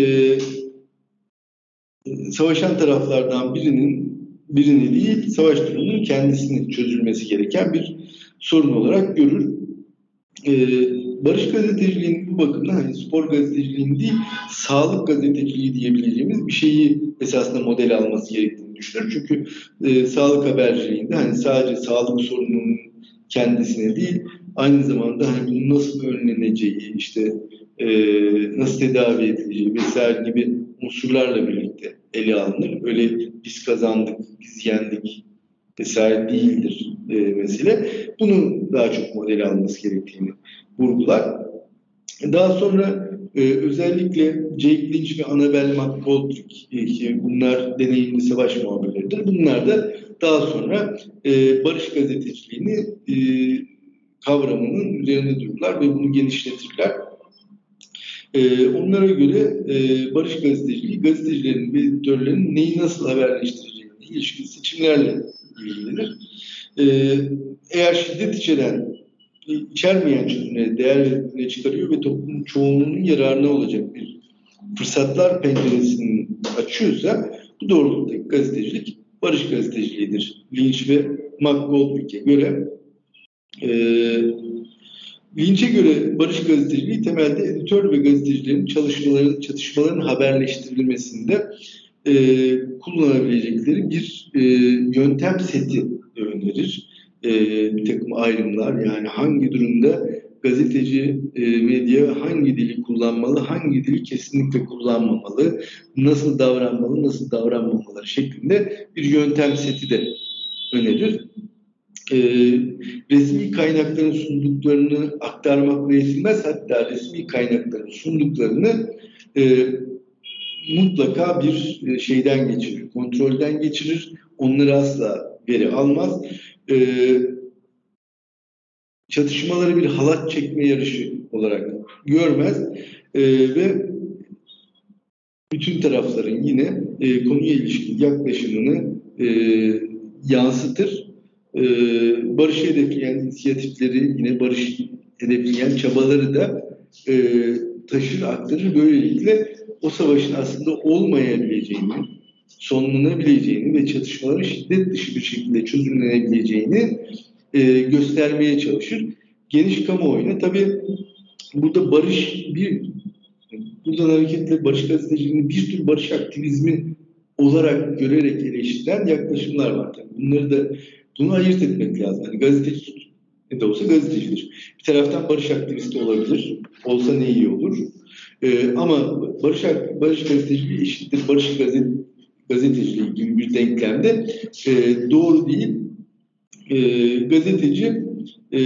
savaşan taraflardan birinin birini değil, savaş durumunun kendisini çözülmesi gereken bir sorun olarak görür. Ee, barış gazeteciliğinin bu bakımdan hani spor gazeteciliğinin değil, sağlık gazeteciliği diyebileceğimiz bir şeyi esasında model alması gerektiğini düşünür. Çünkü e, sağlık haberciliğinde hani sadece sağlık sorununun kendisine değil, aynı zamanda hani bunun nasıl önleneceği, işte e, nasıl tedavi edileceği vesaire gibi unsurlarla birlikte ele alınır. Öyle biz kazandık, biz yendik vesaire değildir e, mesele. Bunu daha çok model alması gerektiğini vurgular. Daha sonra e, özellikle Jake Lynch ve Annabel McGoldrick e, ki bunlar deneyimli savaş muhabirleridir. Bunlar da daha sonra e, barış gazeteciliğini e, kavramının üzerinde dururlar ve bunu genişletirler. E, onlara göre e, barış gazeteciliği gazetecilerin ve editörlerin neyi nasıl haberleştireceğine ilişkin seçimlerle ilgilenir. Ee, eğer şiddet içeren, içermeyen çözümleri değerli çıkarıyor ve toplumun çoğunluğunun yararına olacak bir fırsatlar penceresini açıyorsa bu doğrultuda gazetecilik barış gazeteciliğidir. Lynch ve McGoldrick'e göre e, Lynch'e göre barış gazeteciliği temelde editör ve gazetecilerin çalışmaların, çatışmaların haberleştirilmesinde e, kullanabilecekleri bir e, yöntem seti önerir. E, bir takım ayrımlar, yani hangi durumda gazeteci, e, medya hangi dili kullanmalı, hangi dili kesinlikle kullanmamalı, nasıl davranmalı, nasıl davranmamalı şeklinde bir yöntem seti de önerir. E, resmi kaynakların sunduklarını aktarmakla yetinmez, hatta resmi kaynakların sunduklarını e, mutlaka bir şeyden geçirir, kontrolden geçirir. Onları asla veri almaz. Ee, çatışmaları bir halat çekme yarışı olarak görmez. Ee, ve bütün tarafların yine e, konuya ilişkin yaklaşımını e, yansıtır. E, barışı hedefleyen inisiyatifleri, yine barış hedefleyen çabaları da e, taşır, aktarır. Böylelikle o savaşın aslında olmayabileceğini, sonlanabileceğini ve çatışmaların şiddet dışı bir şekilde çözümlenebileceğini e, göstermeye çalışır. Geniş kamuoyuna tabii burada barış bir buradan hareketle barış gazeteciliğini bir tür barış aktivizmi olarak görerek eleştiren yaklaşımlar var. Tabii bunları da bunu ayırt etmek lazım. Yani gazeteci ne de olsa gazetecidir. Bir taraftan barış aktivisti olabilir. Olsa ne iyi olur. Ee, ama barış, barış gazeteciliği eşittir barış gazet, gazeteciliği gibi bir denklemde e, doğru değil. E, gazeteci e,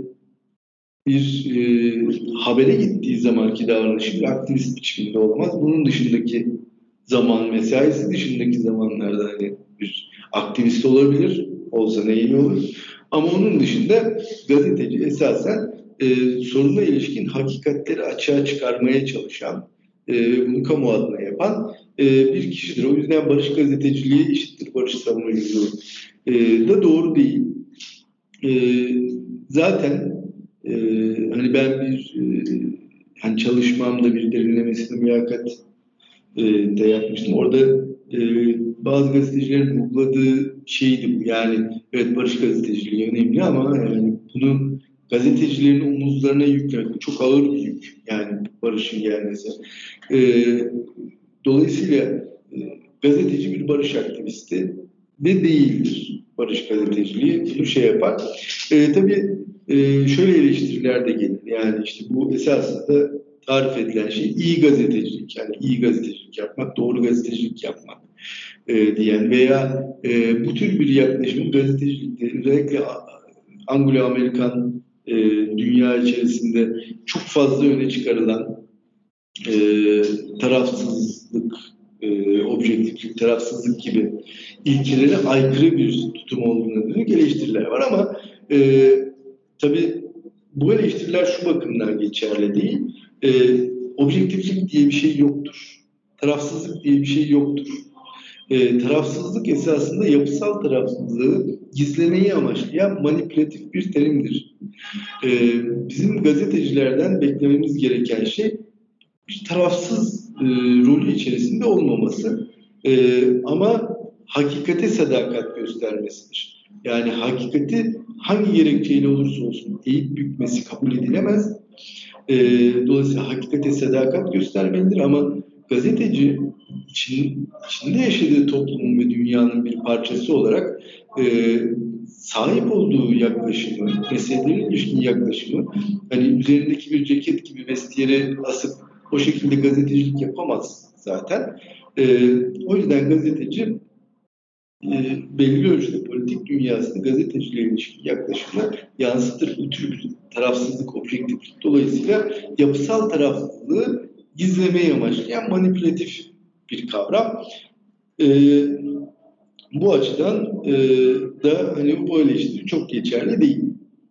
bir e, habere gittiği zamanki davranışı bir aktivist biçiminde olamaz. Bunun dışındaki zaman, mesaisi dışındaki zamanlarda hani bir aktivist olabilir, olsa ne iyi olur. Ama onun dışında gazeteci esasen e, soruna ilişkin hakikatleri açığa çıkarmaya çalışan, e, bunu kamu adına yapan e, bir kişidir. O yüzden barış gazeteciliği eşittir barış savunuculuğu e, da doğru değil. E, zaten e, hani ben bir e, hani çalışmamda bir derinlemesine mülakat e, de yapmıştım. Orada e, bazı gazetecilerin vurguladığı şeydi bu. Yani evet barış gazeteciliği önemli ama yani bunu gazetecilerin omuzlarına yüklemek çok ağır bir yük. Yani barışın gelmesi. E, dolayısıyla e, gazeteci bir barış aktivisti de değildir barış gazeteciliği. Bunu şey yapar. E, tabii e, şöyle eleştiriler de gelir. Yani işte bu esasında tarif edilen şey iyi gazetecilik. Yani iyi gazetecilik yapmak, doğru gazetecilik yapmak e, diyen veya e, bu tür bir yaklaşımın gazetecilikte özellikle Anglo-Amerikan e, dünya içerisinde çok fazla öne çıkarılan e, tarafsızlık, e, objektiflik, tarafsızlık gibi ilkelere aykırı bir tutum olduğuna dönük eleştiriler var ama e, tabii bu eleştiriler şu bakımdan geçerli değil. E, objektiflik diye bir şey yoktur. Tarafsızlık diye bir şey yoktur. E, tarafsızlık esasında yapısal tarafsızlığı gizlemeyi amaçlayan manipülatif bir terimdir. E, bizim gazetecilerden beklememiz gereken şey bir tarafsız e, rolü içerisinde olmaması e, ama hakikate sadakat göstermesidir. Yani hakikati hangi gerekçeyle olursa olsun eğip bükmesi kabul edilemez. E, dolayısıyla hakikate sadakat göstermelidir ama gazeteci için, içinde yaşadığı toplumun ve dünyanın bir parçası olarak e, sahip olduğu yaklaşımı, meselelere ilişkin yaklaşımı hani üzerindeki bir ceket gibi vestiyere asıp o şekilde gazetecilik yapamaz zaten. E, o yüzden gazeteci e, belli ölçüde politik dünyasında gazeteciliğe ilişkin yaklaşımı yansıtır. Bu tür bir tarafsızlık, objektiflik. Dolayısıyla yapısal tarafsızlığı gizlemeyi amaçlayan manipülatif bir kavram. E, bu açıdan e, da hani bu eleştiri çok geçerli değil.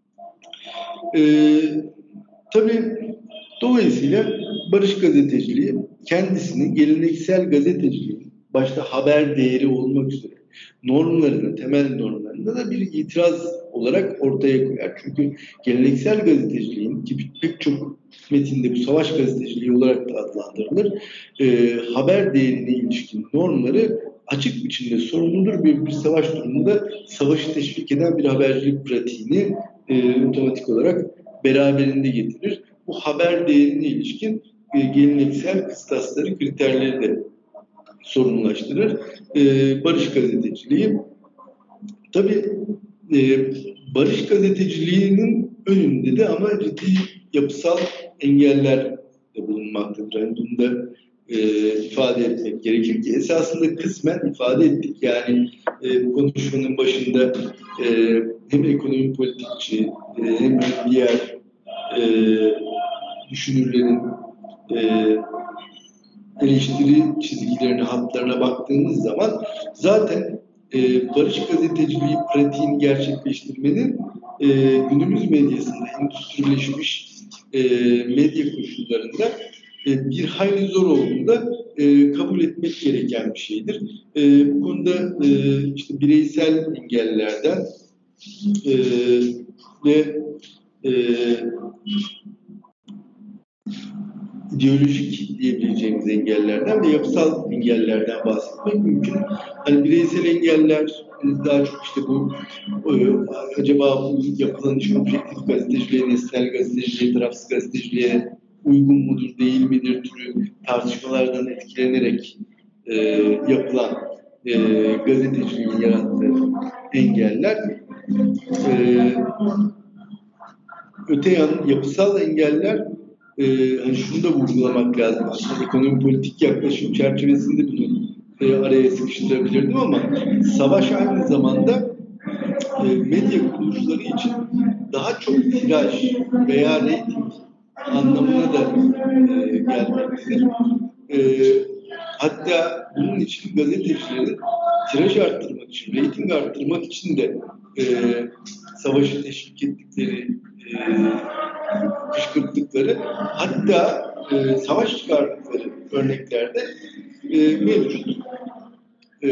E, tabii dolayısıyla barış gazeteciliği kendisini geleneksel gazeteciliğin başta haber değeri olmak üzere normlarını, temel normlarında da bir itiraz olarak ortaya koyar. Çünkü geleneksel gazeteciliğin ki pek çok metinde bu savaş gazeteciliği olarak da adlandırılır, e, haber değerine ilişkin normları açık biçimde sorumludur. Bir, bir savaş durumunda savaşı teşvik eden bir habercilik pratiğini e, otomatik olarak beraberinde getirir. Bu haber değerine ilişkin e, geleneksel kıstasları, kriterleri de sorunlaştırır. E, barış gazeteciliği tabii e, barış gazeteciliğinin önünde de ama ciddi yapısal engeller de bulunmaktadır. Yani bunu da e, ifade etmek gerekir ki esasında kısmen ifade ettik. Yani e, bu konuşmanın başında e, hem ekonomi politikçi e, hem diğer e, düşünürlerin e, eleştiri çizgilerine, hatlarına baktığımız zaman zaten e, barış gazeteciliği pratiğini gerçekleştirmenin e, günümüz medyasında endüstrileşmiş e, medya koşullarında e, bir hayli zor olduğunu da e, kabul etmek gereken bir şeydir. E, bu konuda e, işte bireysel engellerden e, ve e, ideolojik diyebileceğimiz engellerden ve yapısal engellerden bahsetmek mümkün. Hani bireysel engeller daha çok işte bu e, acaba bu yapılan iş objektif gazeteciliğe, nesnel gazeteciliğe, tarafsız gazeteciliğe uygun mudur, değil midir türü tartışmalardan etkilenerek e, yapılan e, gazeteciliğin yarattığı engeller. E, öte yan yapısal engeller Ee, hani şunu da vurgulamak lazım. Aslında ekonomi politik yaklaşım çerçevesinde bunu e, araya sıkıştırabilirdim ama savaş aynı zamanda e, medya kuruluşları için daha çok tiraj veya reyting anlamına da e, gelmektedir. E, hatta bunun için gazetecilerin tiraj arttırmak için, reyting arttırmak için de e, savaşı teşvik ettikleri, e, kışkırttıkları, hatta e, savaş çıkardıkları örneklerde e, mevcut. E,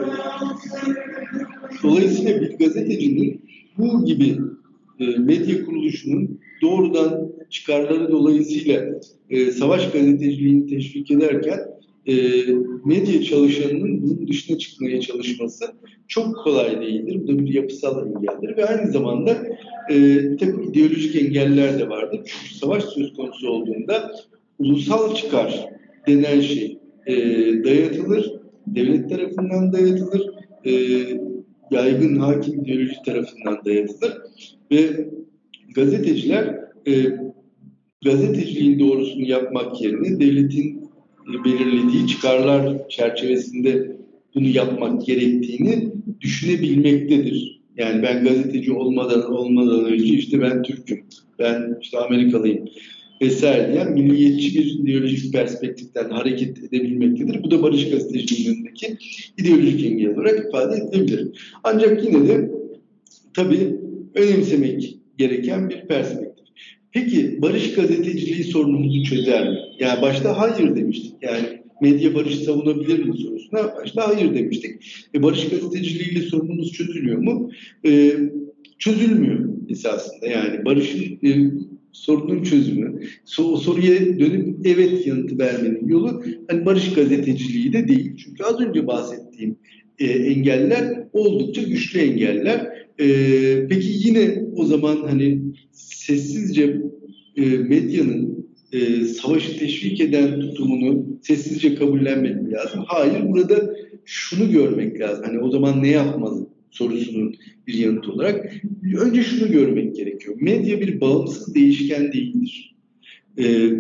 dolayısıyla bir gazetecinin bu gibi e, medya kuruluşunun doğrudan çıkarları dolayısıyla e, savaş gazeteciliğini teşvik ederken e, medya çalışanının bunun dışına çıkmaya çalışması çok kolay değildir. Bu da bir yapısal engeldir ve aynı zamanda e, bir takım ideolojik engeller de vardır. Çünkü savaş söz konusu olduğunda ulusal çıkar denen şey e, dayatılır, devlet tarafından dayatılır, e, yaygın hakim ideoloji tarafından dayatılır ve gazeteciler e, gazeteciliğin doğrusunu yapmak yerine devletin e, belirlediği çıkarlar çerçevesinde bunu yapmak gerektiğini düşünebilmektedir. Yani ben gazeteci olmadan olmadan önce işte ben Türk'üm, ben işte Amerikalıyım vesaire diyen milliyetçi bir ideolojik perspektiften hareket edebilmektedir. Bu da barış gazeteciliğinin önündeki ideolojik engel olarak ifade edilebilir. Ancak yine de tabii önemsemek gereken bir perspektif. Peki barış gazeteciliği sorunumuzu çözer mi? Yani başta hayır demiştik. Yani medya barış savunabilir mi sorusuna başta hayır demiştik. E barış gazeteciliğiyle sorunumuz çözülüyor mu? E, çözülmüyor esasında. Yani barışın e, sorunun çözümü, so, soruya dönüp evet yanıtı vermenin yolu hani barış gazeteciliği de değil. Çünkü az önce bahsettiğim e, engeller oldukça güçlü engeller. E, peki yine o zaman hani sessizce e, medyanın e, savaşı teşvik eden tutumunu sessizce kabullenmek lazım. Hayır, burada şunu görmek lazım. Hani o zaman ne yapmalı sorusunun bir yanıtı olarak önce şunu görmek gerekiyor. Medya bir bağımsız değişken değildir. Ee,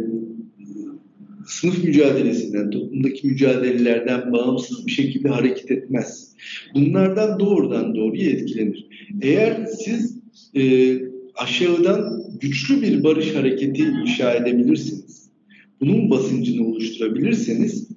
sınıf mücadelesinden, toplumdaki mücadelelerden bağımsız bir şekilde hareket etmez. Bunlardan doğrudan doğruya etkilenir. Eğer siz e, aşağıdan güçlü bir barış hareketi inşa edebilirsiniz, bunun basıncını oluşturabilirseniz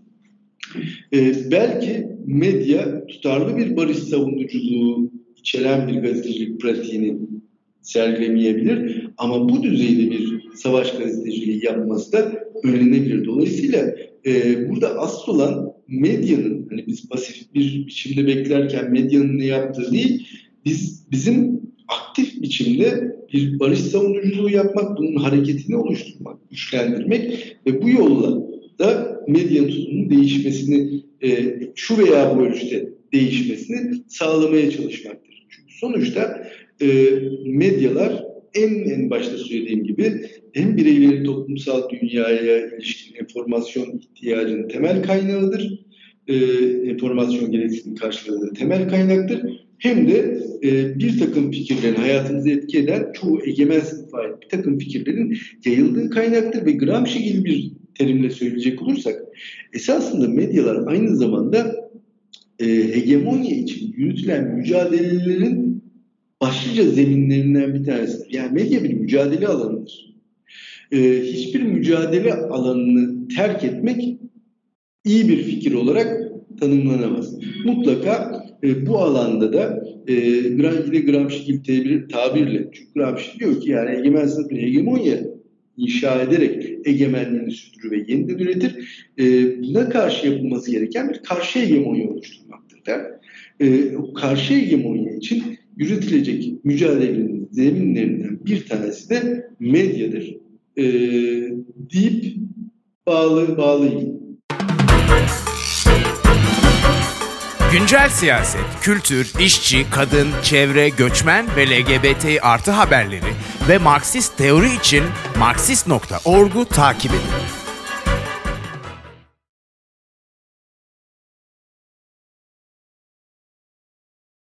e, belki medya tutarlı bir barış savunuculuğu içeren bir gazetecilik pratiğini sergilemeyebilir ama bu düzeyde bir savaş gazeteciliği yapması da önlenebilir. Dolayısıyla e, burada asıl olan medyanın, hani biz pasif bir biçimde beklerken medyanın ne yaptığı değil, biz bizim aktif biçimde bir barış savunuculuğu yapmak, bunun hareketini oluşturmak, güçlendirmek ve bu yolla da medyanın tutumunun değişmesini, e, şu veya bu ölçüde değişmesini sağlamaya çalışmaktır. Çünkü sonuçta e, medyalar en en başta söylediğim gibi hem bireylerin toplumsal dünyaya ilişkin enformasyon ihtiyacının temel kaynağıdır, e, enformasyon gereksinimi karşıladığı temel kaynaktır. Hem de e, bir takım fikirlerin hayatımızı etki eden çoğu egemen sınıfa ait bir takım fikirlerin yayıldığı kaynaktır ve Gramsci gibi bir terimle söyleyecek olursak esasında medyalar aynı zamanda e, hegemonya için yürütülen mücadelelerin başlıca zeminlerinden bir tanesidir. Yani medya bir mücadele alanıdır. E, hiçbir mücadele alanını terk etmek iyi bir fikir olarak tanımlanamaz. Mutlaka e, bu alanda da e, yine Gramsci tabir, tabirle, çünkü Gramsci diyor ki yani egemen sınıf bir hegemonya inşa ederek egemenliğini sürdürür ve yeniden üretir. E, buna karşı yapılması gereken bir karşı hegemonya oluşturmaktır der. E, o karşı hegemonya için yürütülecek mücadelenin zeminlerinden bir tanesi de medyadır. E, deyip bağlı, bağlayayım. Güncel siyaset, kültür, işçi, kadın, çevre, göçmen ve L G B T artı haberleri ve Marksist teori için Marksist nokta org'u takip edin.